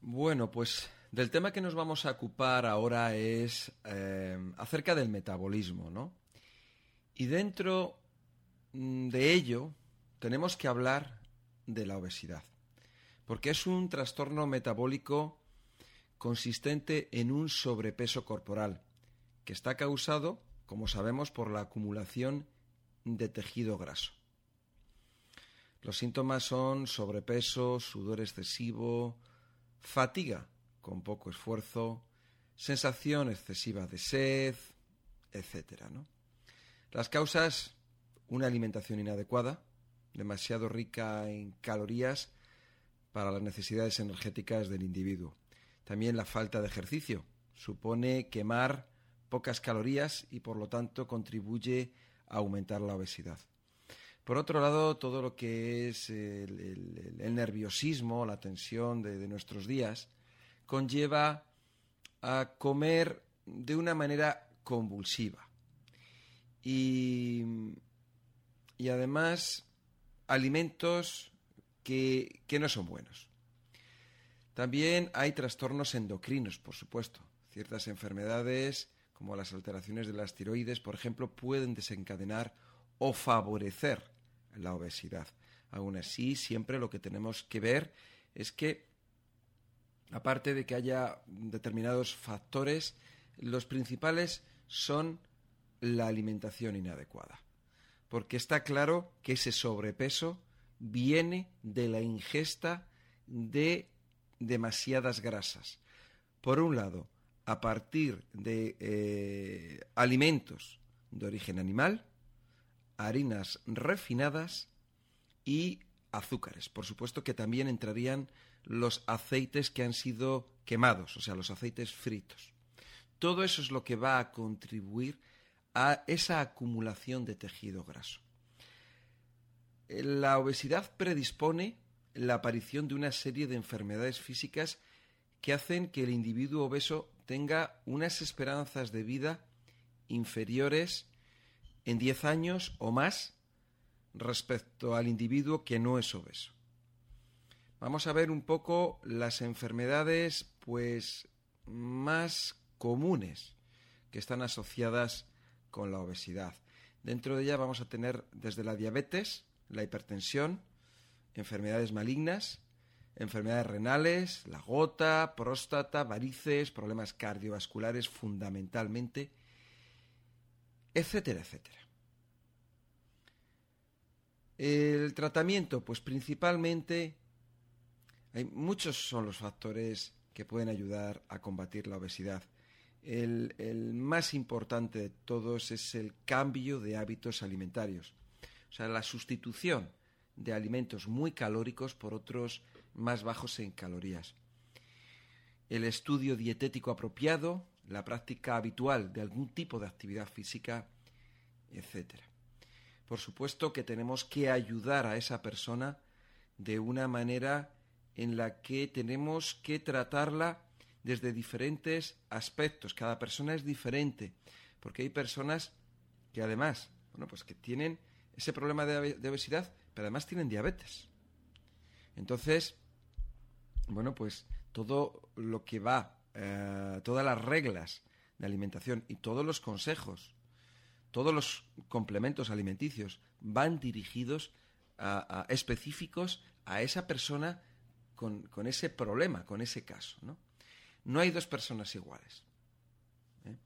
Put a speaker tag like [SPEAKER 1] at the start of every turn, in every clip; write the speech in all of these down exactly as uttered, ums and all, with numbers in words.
[SPEAKER 1] Bueno, pues del tema que nos vamos a ocupar ahora es eh, acerca del metabolismo, ¿no? Y dentro mm, de ello tenemos que hablar de la obesidad, porque es un trastorno metabólico consistente en un sobrepeso corporal, que está causado, como sabemos, por la acumulación de tejido graso. Los síntomas son sobrepeso, sudor excesivo, fatiga con poco esfuerzo, sensación excesiva de sed, etcétera, ¿no? Las causas: una alimentación inadecuada, demasiado rica en calorías para las necesidades energéticas del individuo. También la falta de ejercicio supone quemar pocas calorías y por lo tanto contribuye a aumentar la obesidad. Por otro lado, todo lo que es el, el, el nerviosismo, la tensión de, de nuestros días, conlleva a comer de una manera convulsiva. Y, y además alimentos que, que no son buenos. También hay trastornos endocrinos, por supuesto. Ciertas enfermedades, como las alteraciones de las tiroides, por ejemplo, pueden desencadenar o favorecer la obesidad. Aún así, siempre lo que tenemos que ver es que, aparte de que haya determinados factores, los principales son la alimentación inadecuada. Porque está claro que ese sobrepeso viene de la ingesta de demasiadas grasas. Por un lado, a partir de eh, alimentos de origen animal, harinas refinadas y azúcares. Por supuesto que también entrarían los aceites que han sido quemados, o sea, los aceites fritos. Todo eso es lo que va a contribuir a esa acumulación de tejido graso. La obesidad predispone la aparición de una serie de enfermedades físicas que hacen que el individuo obeso tenga unas esperanzas de vida inferiores en diez años o más respecto al individuo que no es obeso. Vamos a ver un poco las enfermedades pues más comunes que están asociadas con la obesidad. Dentro de ella vamos a tener desde la diabetes, la hipertensión, enfermedades malignas, enfermedades renales, la gota, próstata, varices, problemas cardiovasculares fundamentalmente, etcétera, etcétera. El tratamiento, pues principalmente, hay muchos son los factores que pueden ayudar a combatir la obesidad. El, el más importante de todos es el cambio de hábitos alimentarios, o sea, la sustitución de alimentos muy calóricos por otros más bajos en calorías. El estudio dietético apropiado, la práctica habitual de algún tipo de actividad física, etcétera. Por supuesto que tenemos que ayudar a esa persona de una manera en la que tenemos que tratarla desde diferentes aspectos. Cada persona es diferente, porque hay personas que además, bueno, pues que tienen ese problema de, de obesidad, pero además tienen diabetes. Entonces, bueno, pues todo lo que va, eh, todas las reglas de alimentación y todos los consejos, todos los complementos alimenticios van dirigidos a, a específicos a esa persona con, con ese problema, con ese caso, ¿no? No hay dos personas iguales. ¿eh?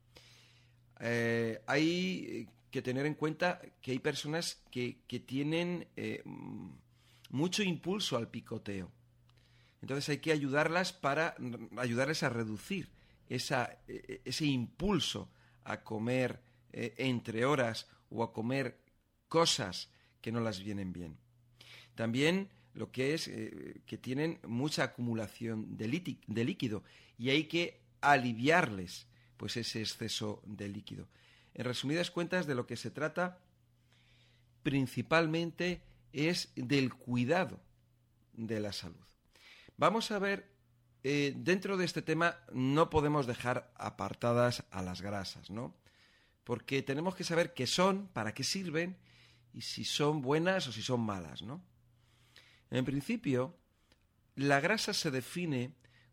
[SPEAKER 1] Eh, hay que tener en cuenta que hay personas que, que tienen eh, mucho impulso al picoteo. Entonces hay que ayudarlas para ayudarles a reducir esa, ese impulso a comer eh, entre horas o a comer cosas que no las vienen bien. También lo que es eh, que tienen mucha acumulación de, liti- de líquido y hay que aliviarles pues ese exceso de líquido. En resumidas cuentas, de lo que se trata principalmente es del cuidado de la salud. Vamos a ver, eh, dentro de este tema no podemos dejar apartadas a las grasas, ¿no? Porque tenemos que saber qué son, para qué sirven y si son buenas o si son malas, ¿no? En principio, la grasa se define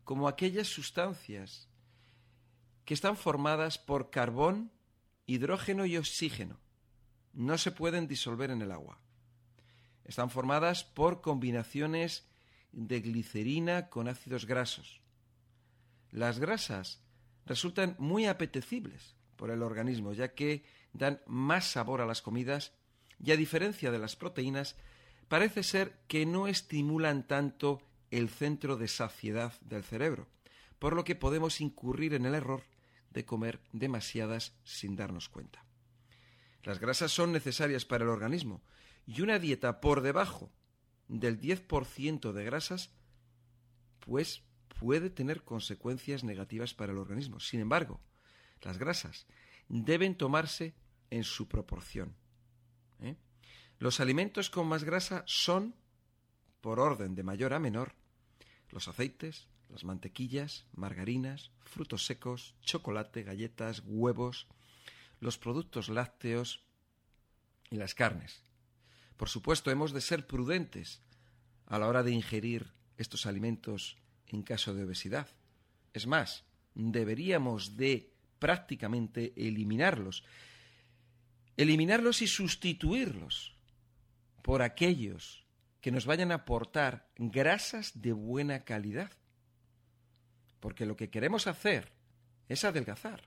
[SPEAKER 1] como aquellas sustancias que están formadas por carbón, hidrógeno y oxígeno. No se pueden disolver en el agua. Están formadas por combinaciones de glicerina con ácidos grasos. Las grasas resultan muy apetecibles por el organismo, ya que dan más sabor a las comidas y, a diferencia de las proteínas, parece ser que no estimulan tanto el centro de saciedad del cerebro, por lo que podemos incurrir en el error de comer demasiadas sin darnos cuenta. Las grasas son necesarias para el organismo y una dieta por debajo del diez por ciento de grasas pues puede tener consecuencias negativas para el organismo. Sin embargo, las grasas deben tomarse en su proporción. ¿eh? Los alimentos con más grasa son, por orden de mayor a menor, los aceites, las mantequillas, margarinas, frutos secos, chocolate, galletas, huevos, los productos lácteos y las carnes. Por supuesto, hemos de ser prudentes a la hora de ingerir estos alimentos en caso de obesidad. Es más, deberíamos de prácticamente eliminarlos. Eliminarlos y sustituirlos por aquellos que nos vayan a aportar grasas de buena calidad. Porque lo que queremos hacer es adelgazar.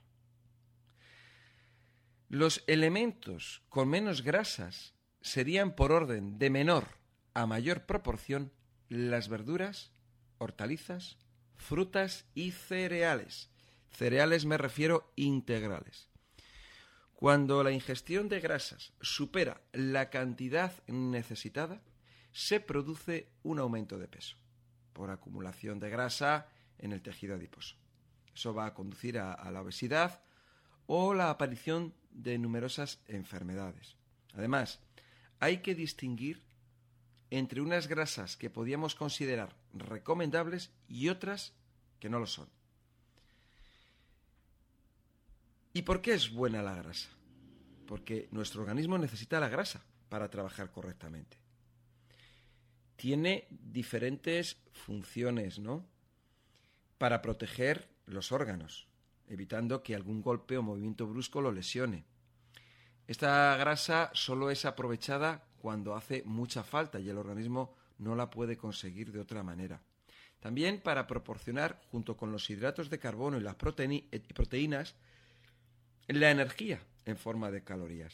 [SPEAKER 1] Los elementos con menos grasas serían, por orden de menor a mayor proporción, las verduras, hortalizas, frutas y cereales. Cereales me refiero integrales. Cuando la ingestión de grasas supera la cantidad necesitada, se produce un aumento de peso por acumulación de grasa en el tejido adiposo. Eso va a conducir a, a la obesidad o la aparición de numerosas enfermedades. Además, hay que distinguir entre unas grasas que podíamos considerar recomendables y otras que no lo son. ¿Y por qué es buena la grasa? Porque nuestro organismo necesita la grasa para trabajar correctamente. Tiene diferentes funciones, ¿no? Para proteger los órganos, evitando que algún golpe o movimiento brusco lo lesione. Esta grasa solo es aprovechada cuando hace mucha falta y el organismo no la puede conseguir de otra manera. También para proporcionar, junto con los hidratos de carbono y las proteínas, la energía en forma de calorías.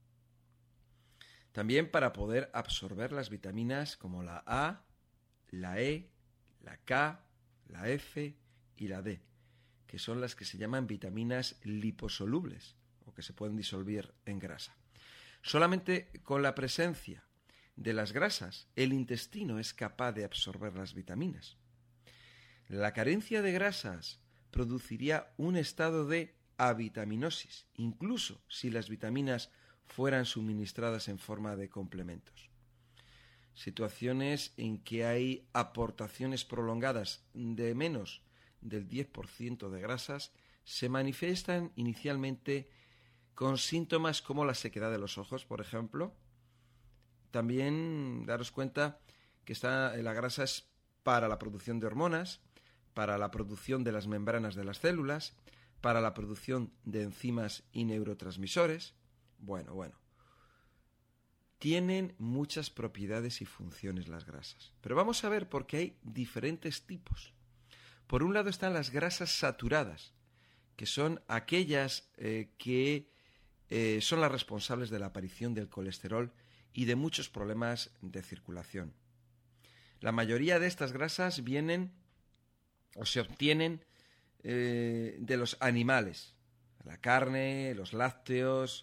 [SPEAKER 1] También para poder absorber las vitaminas como la A, la E, la K, la F y la D, que son las que se llaman vitaminas liposolubles o que se pueden disolver en grasa. Solamente con la presencia de las grasas, el intestino es capaz de absorber las vitaminas. La carencia de grasas produciría un estado de avitaminosis, incluso si las vitaminas fueran suministradas en forma de complementos. Situaciones en que hay aportaciones prolongadas de menos del diez por ciento de grasas se manifiestan inicialmente con síntomas como la sequedad de los ojos, por ejemplo. También daros cuenta que está, la grasa es para la producción de hormonas, para la producción de las membranas de las células, para la producción de enzimas y neurotransmisores. Bueno, bueno. Tienen muchas propiedades y funciones las grasas. Pero vamos a ver por qué hay diferentes tipos. Por un lado están las grasas saturadas, que son aquellas eh, que eh, son las responsables de la aparición del colesterol y de muchos problemas de circulación. La mayoría de estas grasas vienen o se obtienen eh, de los animales, la carne, los lácteos,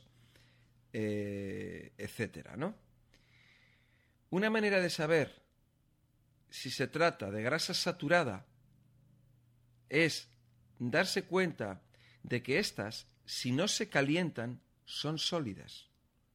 [SPEAKER 1] eh, etcétera, ¿no? Una manera de saber si se trata de grasa saturada es darse cuenta de que éstas, si no se calientan, son sólidas.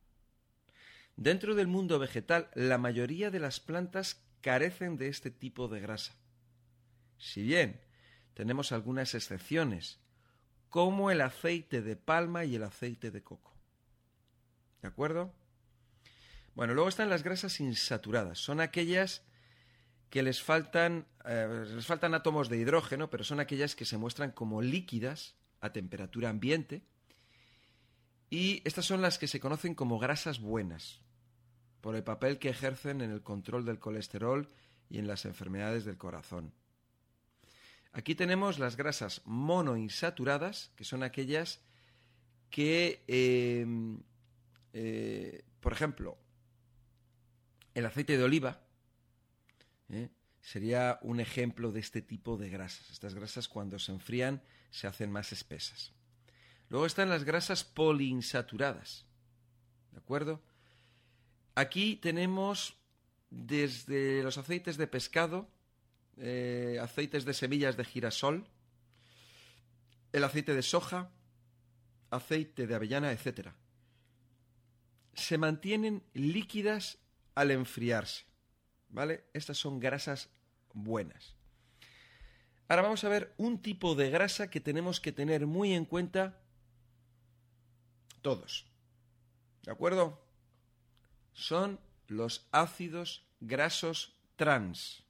[SPEAKER 1] Dentro del mundo vegetal, la mayoría de las plantas carecen de este tipo de grasa. Si bien tenemos algunas excepciones, como el aceite de palma y el aceite de coco. ¿De acuerdo? Bueno, luego están las grasas insaturadas. Son aquellas que les faltan, eh, les faltan átomos de hidrógeno, pero son aquellas que se muestran como líquidas a temperatura ambiente. Y estas son las que se conocen como grasas buenas, por el papel que ejercen en el control del colesterol y en las enfermedades del corazón. Aquí tenemos las grasas monoinsaturadas, que son aquellas que, eh, eh, por ejemplo, el aceite de oliva ¿eh? sería un ejemplo de este tipo de grasas. Estas grasas, cuando se enfrían, se hacen más espesas. Luego están las grasas poliinsaturadas, ¿de acuerdo? Aquí tenemos desde los aceites de pescado, eh, aceites de semillas de girasol, el aceite de soja, aceite de avellana, etcétera. Se mantienen líquidas al enfriarse, ¿vale? Estas son grasas buenas. Ahora vamos a ver un tipo de grasa que tenemos que tener muy en cuenta todos, ¿de acuerdo? Son los ácidos grasos trans.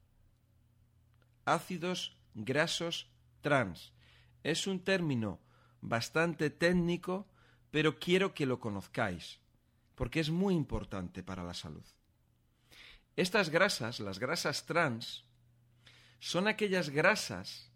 [SPEAKER 1] Ácidos grasos trans. Es un término bastante técnico, pero quiero que lo conozcáis, porque es muy importante para la salud. Estas grasas, las grasas trans, son aquellas grasas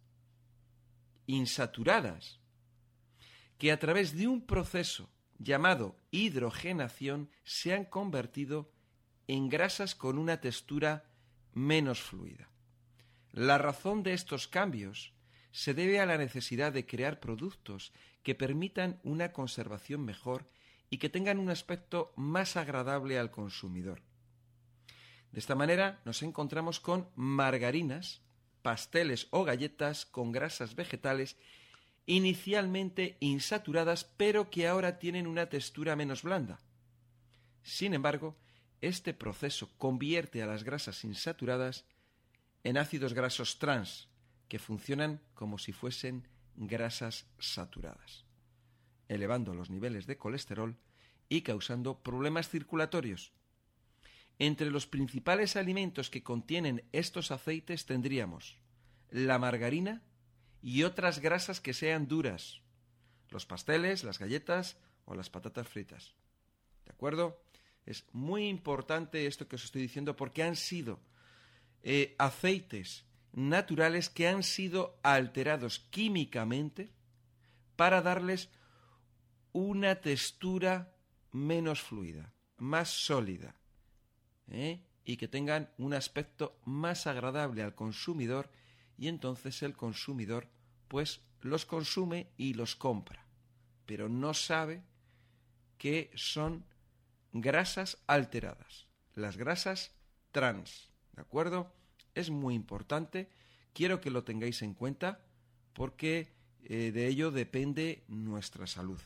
[SPEAKER 1] insaturadas que a través de un proceso llamado hidrogenación se han convertido en grasas con una textura menos fluida. La razón de estos cambios se debe a la necesidad de crear productos que permitan una conservación mejor y que tengan un aspecto más agradable al consumidor. De esta manera nos encontramos con margarinas, pasteles o galletas con grasas vegetales inicialmente insaturadas, pero que ahora tienen una textura menos blanda. Sin embargo, este proceso convierte a las grasas insaturadas en ácidos grasos trans, que funcionan como si fuesen grasas saturadas, elevando los niveles de colesterol y causando problemas circulatorios. Entre los principales alimentos que contienen estos aceites tendríamos la margarina y otras grasas que sean duras, los pasteles, las galletas o las patatas fritas. ¿De acuerdo? Es muy importante esto que os estoy diciendo porque han sido eh, aceites naturales que han sido alterados químicamente para darles una textura menos fluida, más sólida, ¿eh? y que tengan un aspecto más agradable al consumidor, y entonces el consumidor pues los consume y los compra, pero no sabe que son grasas alteradas, las grasas trans, ¿de acuerdo? Es muy importante, quiero que lo tengáis en cuenta porque eh, de ello depende nuestra salud.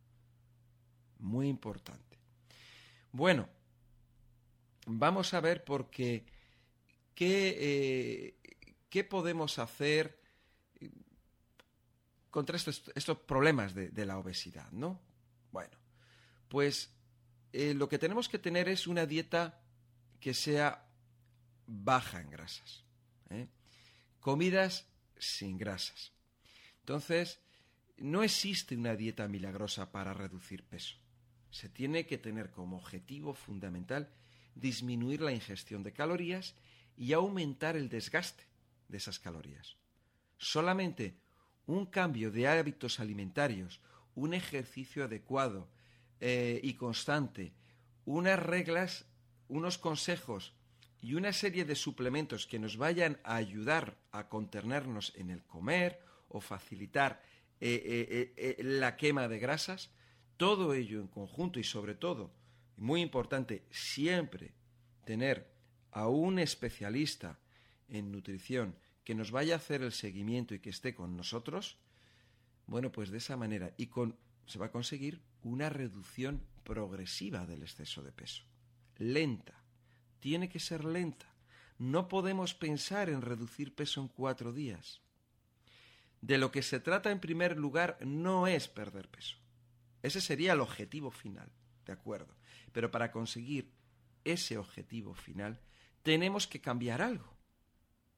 [SPEAKER 1] Muy importante. Bueno, vamos a ver por qué, qué, eh, qué podemos hacer contra estos, estos problemas de, de la obesidad, ¿no? Bueno, pues eh, lo que tenemos que tener es una dieta que sea baja en grasas, ¿eh? Comidas sin grasas. Entonces, no existe una dieta milagrosa para reducir peso. Se tiene que tener como objetivo fundamental disminuir la ingestión de calorías y aumentar el desgaste de esas calorías. Solamente un cambio de hábitos alimentarios, un ejercicio adecuado eh, y constante, unas reglas, unos consejos y una serie de suplementos que nos vayan a ayudar a contenernos en el comer o facilitar eh, eh, eh, la quema de grasas, todo ello en conjunto y sobre todo, muy importante, siempre tener a un especialista en nutrición que nos vaya a hacer el seguimiento y que esté con nosotros, bueno, pues de esa manera y con, se va a conseguir una reducción progresiva del exceso de peso. Lenta, tiene que ser lenta. No podemos pensar en reducir peso en cuatro días. De lo que se trata en primer lugar no es perder peso. Ese sería el objetivo final, ¿de acuerdo? Pero para conseguir ese objetivo final tenemos que cambiar algo.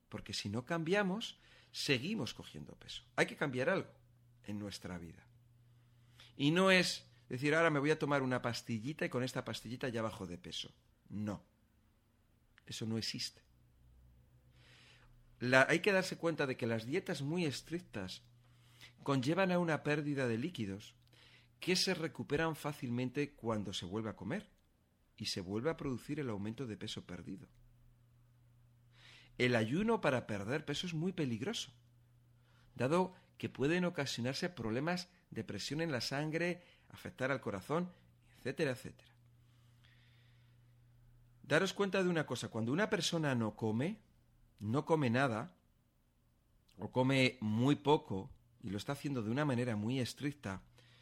[SPEAKER 1] porque si no cambiamos, seguimos cogiendo peso. Hay que cambiar algo en nuestra vida. Y no es decir, ahora me voy a tomar una pastillita y con esta pastillita ya bajo de peso. No. Eso no existe. La, hay que darse cuenta de que las dietas muy estrictas conllevan a una pérdida de líquidos que se recuperan fácilmente cuando se vuelve a comer y se vuelve a producir el aumento de peso perdido. El ayuno para perder peso es muy peligroso, dado que pueden ocasionarse problemas de presión en la sangre, afectar al corazón, etcétera, etcétera. Daros cuenta de una cosa, cuando una persona no come, no come nada, o come muy poco, y lo está haciendo de una manera muy estricta,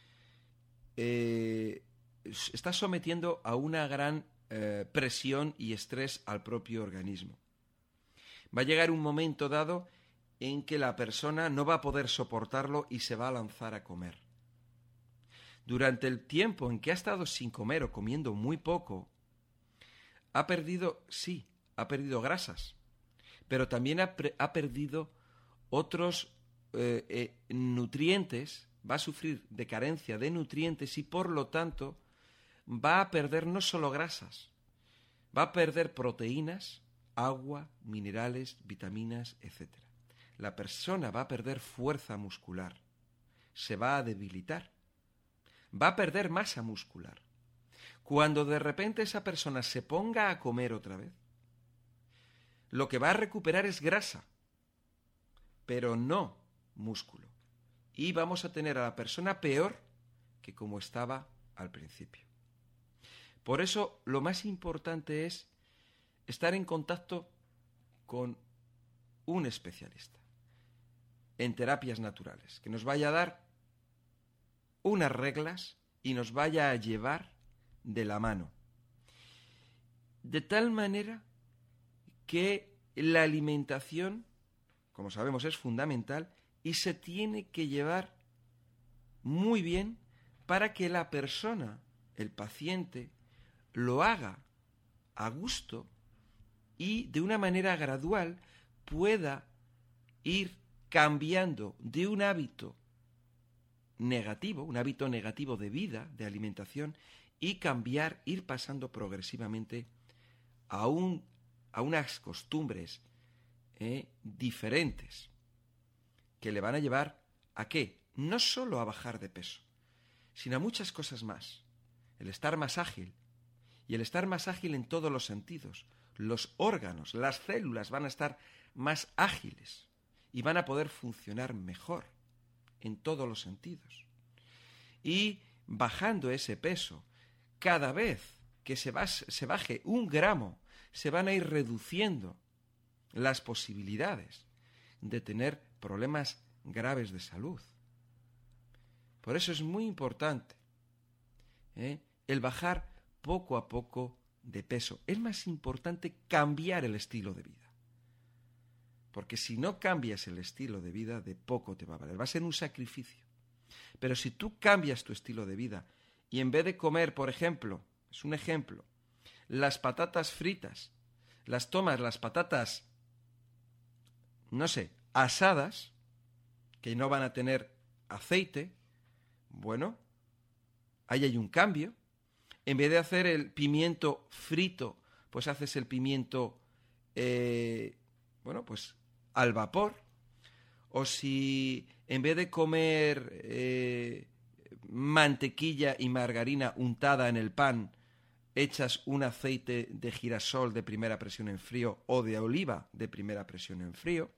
[SPEAKER 1] eh, está sometiendo a una gran eh, presión y estrés al propio organismo. Va a llegar un momento dado en que la persona no va a poder soportarlo y se va a lanzar a comer. Durante el tiempo en que ha estado sin comer o comiendo muy poco, ha perdido, sí, ha perdido grasas, pero también ha, pre- ha perdido otros eh, eh, nutrientes, va a sufrir de carencia de nutrientes y por lo tanto va a perder no solo grasas, va a perder proteínas, agua, minerales, vitaminas, etcétera. La persona va a perder fuerza muscular, se va a debilitar, va a perder masa muscular. Cuando de repente esa persona se ponga a comer otra vez, lo que va a recuperar es grasa, pero no músculo. Y vamos a tener a la persona peor que como estaba al principio. Por eso lo más importante es estar en contacto con un especialista en terapias naturales, que nos vaya a dar unas reglas y nos vaya a llevar de la mano. De tal manera que la alimentación, como sabemos, es fundamental y se tiene que llevar muy bien para que la persona, el paciente, lo haga a gusto y de una manera gradual pueda ir cambiando de un hábito negativo, un hábito negativo de vida, de alimentación, y cambiar, ir pasando progresivamente a, un, a unas costumbres eh, diferentes que le van a llevar ¿a qué? No solo a bajar de peso, sino a muchas cosas más. El estar más ágil, y el estar más ágil en todos los sentidos. Los órganos, las células van a estar más ágiles y van a poder funcionar mejor en todos los sentidos. Y bajando ese peso, cada vez que se, va, se baje un gramo, se van a ir reduciendo las posibilidades de tener problemas graves de salud. Por eso es muy importante ¿eh? el bajar poco a poco de peso. Es más importante cambiar el estilo de vida. Porque si no cambias el estilo de vida, de poco te va a valer. Va a ser un sacrificio. Pero si tú cambias tu estilo de vida y en vez de comer, por ejemplo, es un ejemplo, las patatas fritas, las tomas, las patatas, no sé, asadas, que no van a tener aceite, bueno, ahí hay un cambio. En vez de hacer el pimiento frito, pues haces el pimiento, eh, bueno, pues al vapor. O si en vez de comer eh, mantequilla y margarina untada en el pan, echas un aceite de girasol de primera presión en frío o de oliva de primera presión en frío.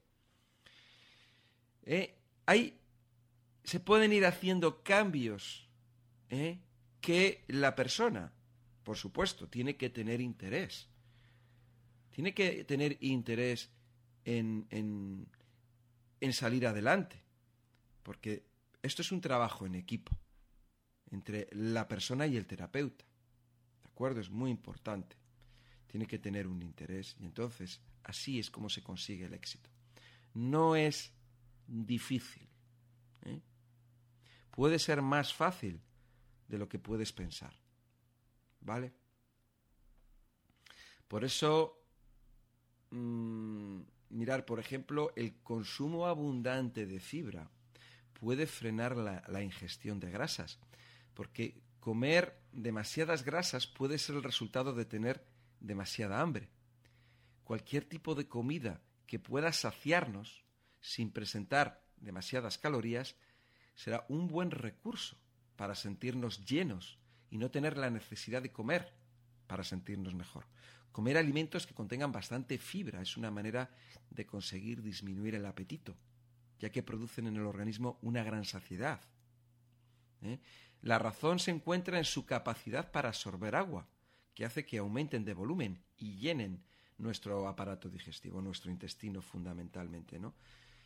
[SPEAKER 1] Eh, ahí se pueden ir haciendo cambios, ¿eh? que la persona, por supuesto, tiene que tener interés. Tiene que tener interés en, en, en salir adelante. Porque esto es un trabajo en equipo entre la persona y el terapeuta. ¿De acuerdo? Es muy importante. Tiene que tener un interés y entonces así es como se consigue el éxito. No es difícil. ¿eh? Puede ser más fácil de lo que puedes pensar. ¿Vale? Por eso, mmm, mirar, por ejemplo, el consumo abundante de fibra puede frenar la, la ingestión de grasas, porque comer demasiadas grasas puede ser el resultado de tener demasiada hambre. Cualquier tipo de comida que pueda saciarnos sin presentar demasiadas calorías será un buen recurso para sentirnos llenos y no tener la necesidad de comer para sentirnos mejor. Comer alimentos que contengan bastante fibra es una manera de conseguir disminuir el apetito, ya que producen en el organismo una gran saciedad. ¿Eh? La razón se encuentra en su capacidad para absorber agua, que hace que aumenten de volumen y llenen nuestro aparato digestivo, nuestro intestino fundamentalmente, ¿no?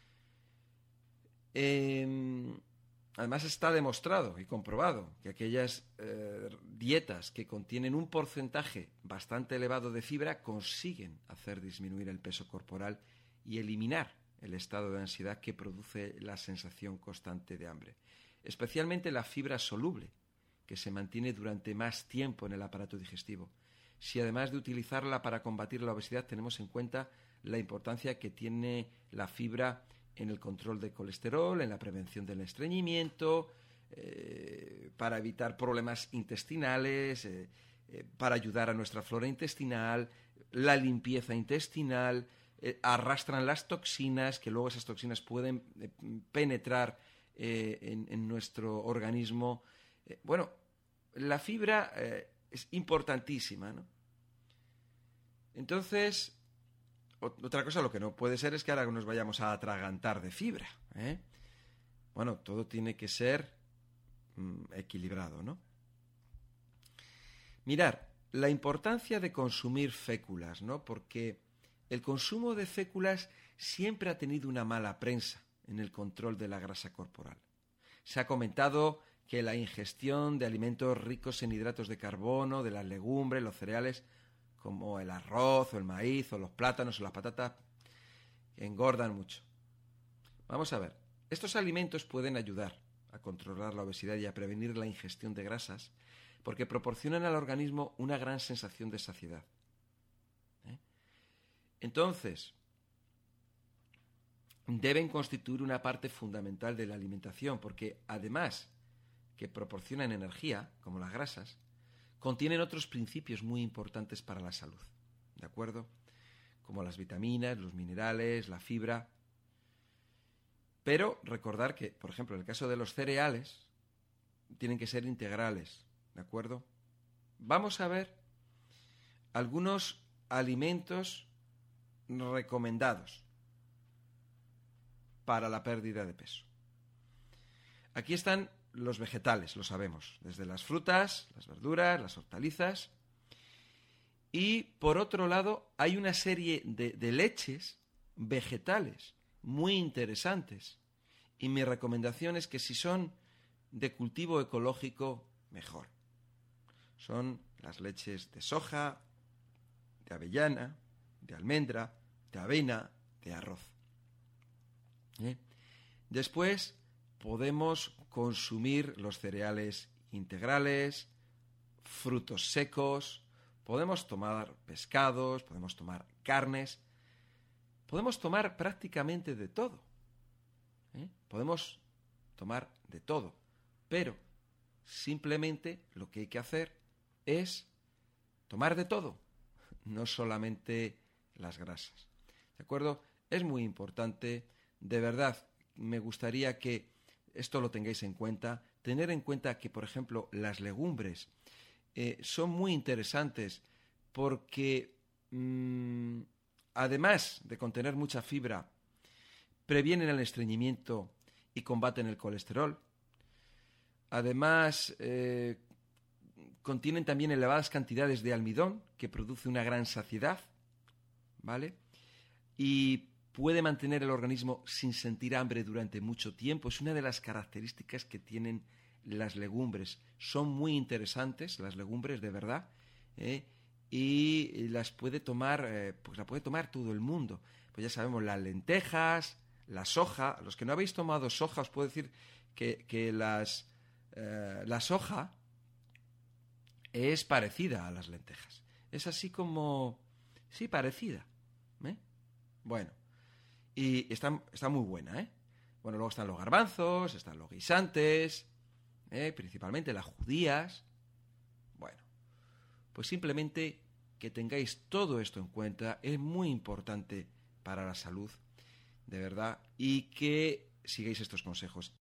[SPEAKER 1] Eh, además está demostrado y comprobado que aquellas eh, dietas que contienen un porcentaje bastante elevado de fibra consiguen hacer disminuir el peso corporal y eliminar el estado de ansiedad que produce la sensación constante de hambre. Especialmente la fibra soluble, que se mantiene durante más tiempo en el aparato digestivo. Si además de utilizarla para combatir la obesidad tenemos en cuenta la importancia que tiene la fibra en el control del colesterol, en la prevención del estreñimiento, eh, para evitar problemas intestinales, eh, eh, para ayudar a nuestra flora intestinal, la limpieza intestinal, eh, arrastran las toxinas, que luego esas toxinas pueden eh, penetrar eh, en, en nuestro organismo. Eh, bueno, la fibra eh, es importantísima, ¿no? Entonces, otra cosa, lo que no puede ser es que ahora nos vayamos a atragantar de fibra, ¿eh? Bueno, todo tiene que ser mm, equilibrado, ¿no? Mirar, la importancia de consumir féculas, ¿no? Porque el consumo de féculas siempre ha tenido una mala prensa en el control de la grasa corporal. Se ha comentado que la ingestión de alimentos ricos en hidratos de carbono, de las legumbres, los cereales, como el arroz o el maíz o los plátanos o las patatas, engordan mucho. Vamos a ver, estos alimentos pueden ayudar a controlar la obesidad y a prevenir la ingestión de grasas porque proporcionan al organismo una gran sensación de saciedad. ¿Eh? Entonces, deben constituir una parte fundamental de la alimentación porque además que proporcionan energía, como las grasas, contienen otros principios muy importantes para la salud, ¿de acuerdo? Como las vitaminas, los minerales, la fibra. Pero recordar que, por ejemplo, en el caso de los cereales, tienen que ser integrales, ¿de acuerdo? Vamos a ver algunos alimentos recomendados para la pérdida de peso. Aquí están los vegetales, lo sabemos, desde las frutas, las verduras, las hortalizas. Y, por otro lado, hay una serie de, de leches vegetales muy interesantes. Y mi recomendación es que si son de cultivo ecológico, mejor. Son las leches de soja, de avellana, de almendra, de avena, de arroz. ¿Eh? Después podemos consumir los cereales integrales, frutos secos, podemos tomar pescados, podemos tomar carnes, podemos tomar prácticamente de todo. ¿Eh? Podemos tomar de todo, pero simplemente lo que hay que hacer es tomar de todo, no solamente las grasas. ¿De acuerdo? Es muy importante, de verdad, me gustaría que esto lo tengáis en cuenta, tener en cuenta que, por ejemplo, las legumbres eh, son muy interesantes porque, mmm, además de contener mucha fibra, previenen el estreñimiento y combaten el colesterol. Además, eh, contienen también elevadas cantidades de almidón, que produce una gran saciedad, ¿vale? Y puede mantener el organismo sin sentir hambre durante mucho tiempo. Es una de las características que tienen las legumbres. Son muy interesantes las legumbres, de verdad, ¿eh? Y las puede tomar, eh, pues la puede tomar todo el mundo. Pues ya sabemos, las lentejas, la soja. Los que no habéis tomado soja, os puedo decir que, que las, eh, la soja es parecida a las lentejas. Es así como, sí, parecida, ¿eh? Bueno, Y está, está muy buena, ¿eh? Bueno, luego están los garbanzos, están los guisantes, ¿eh? Principalmente las judías. Bueno, pues simplemente que tengáis todo esto en cuenta, es muy importante para la salud, de verdad, y que sigáis estos consejos.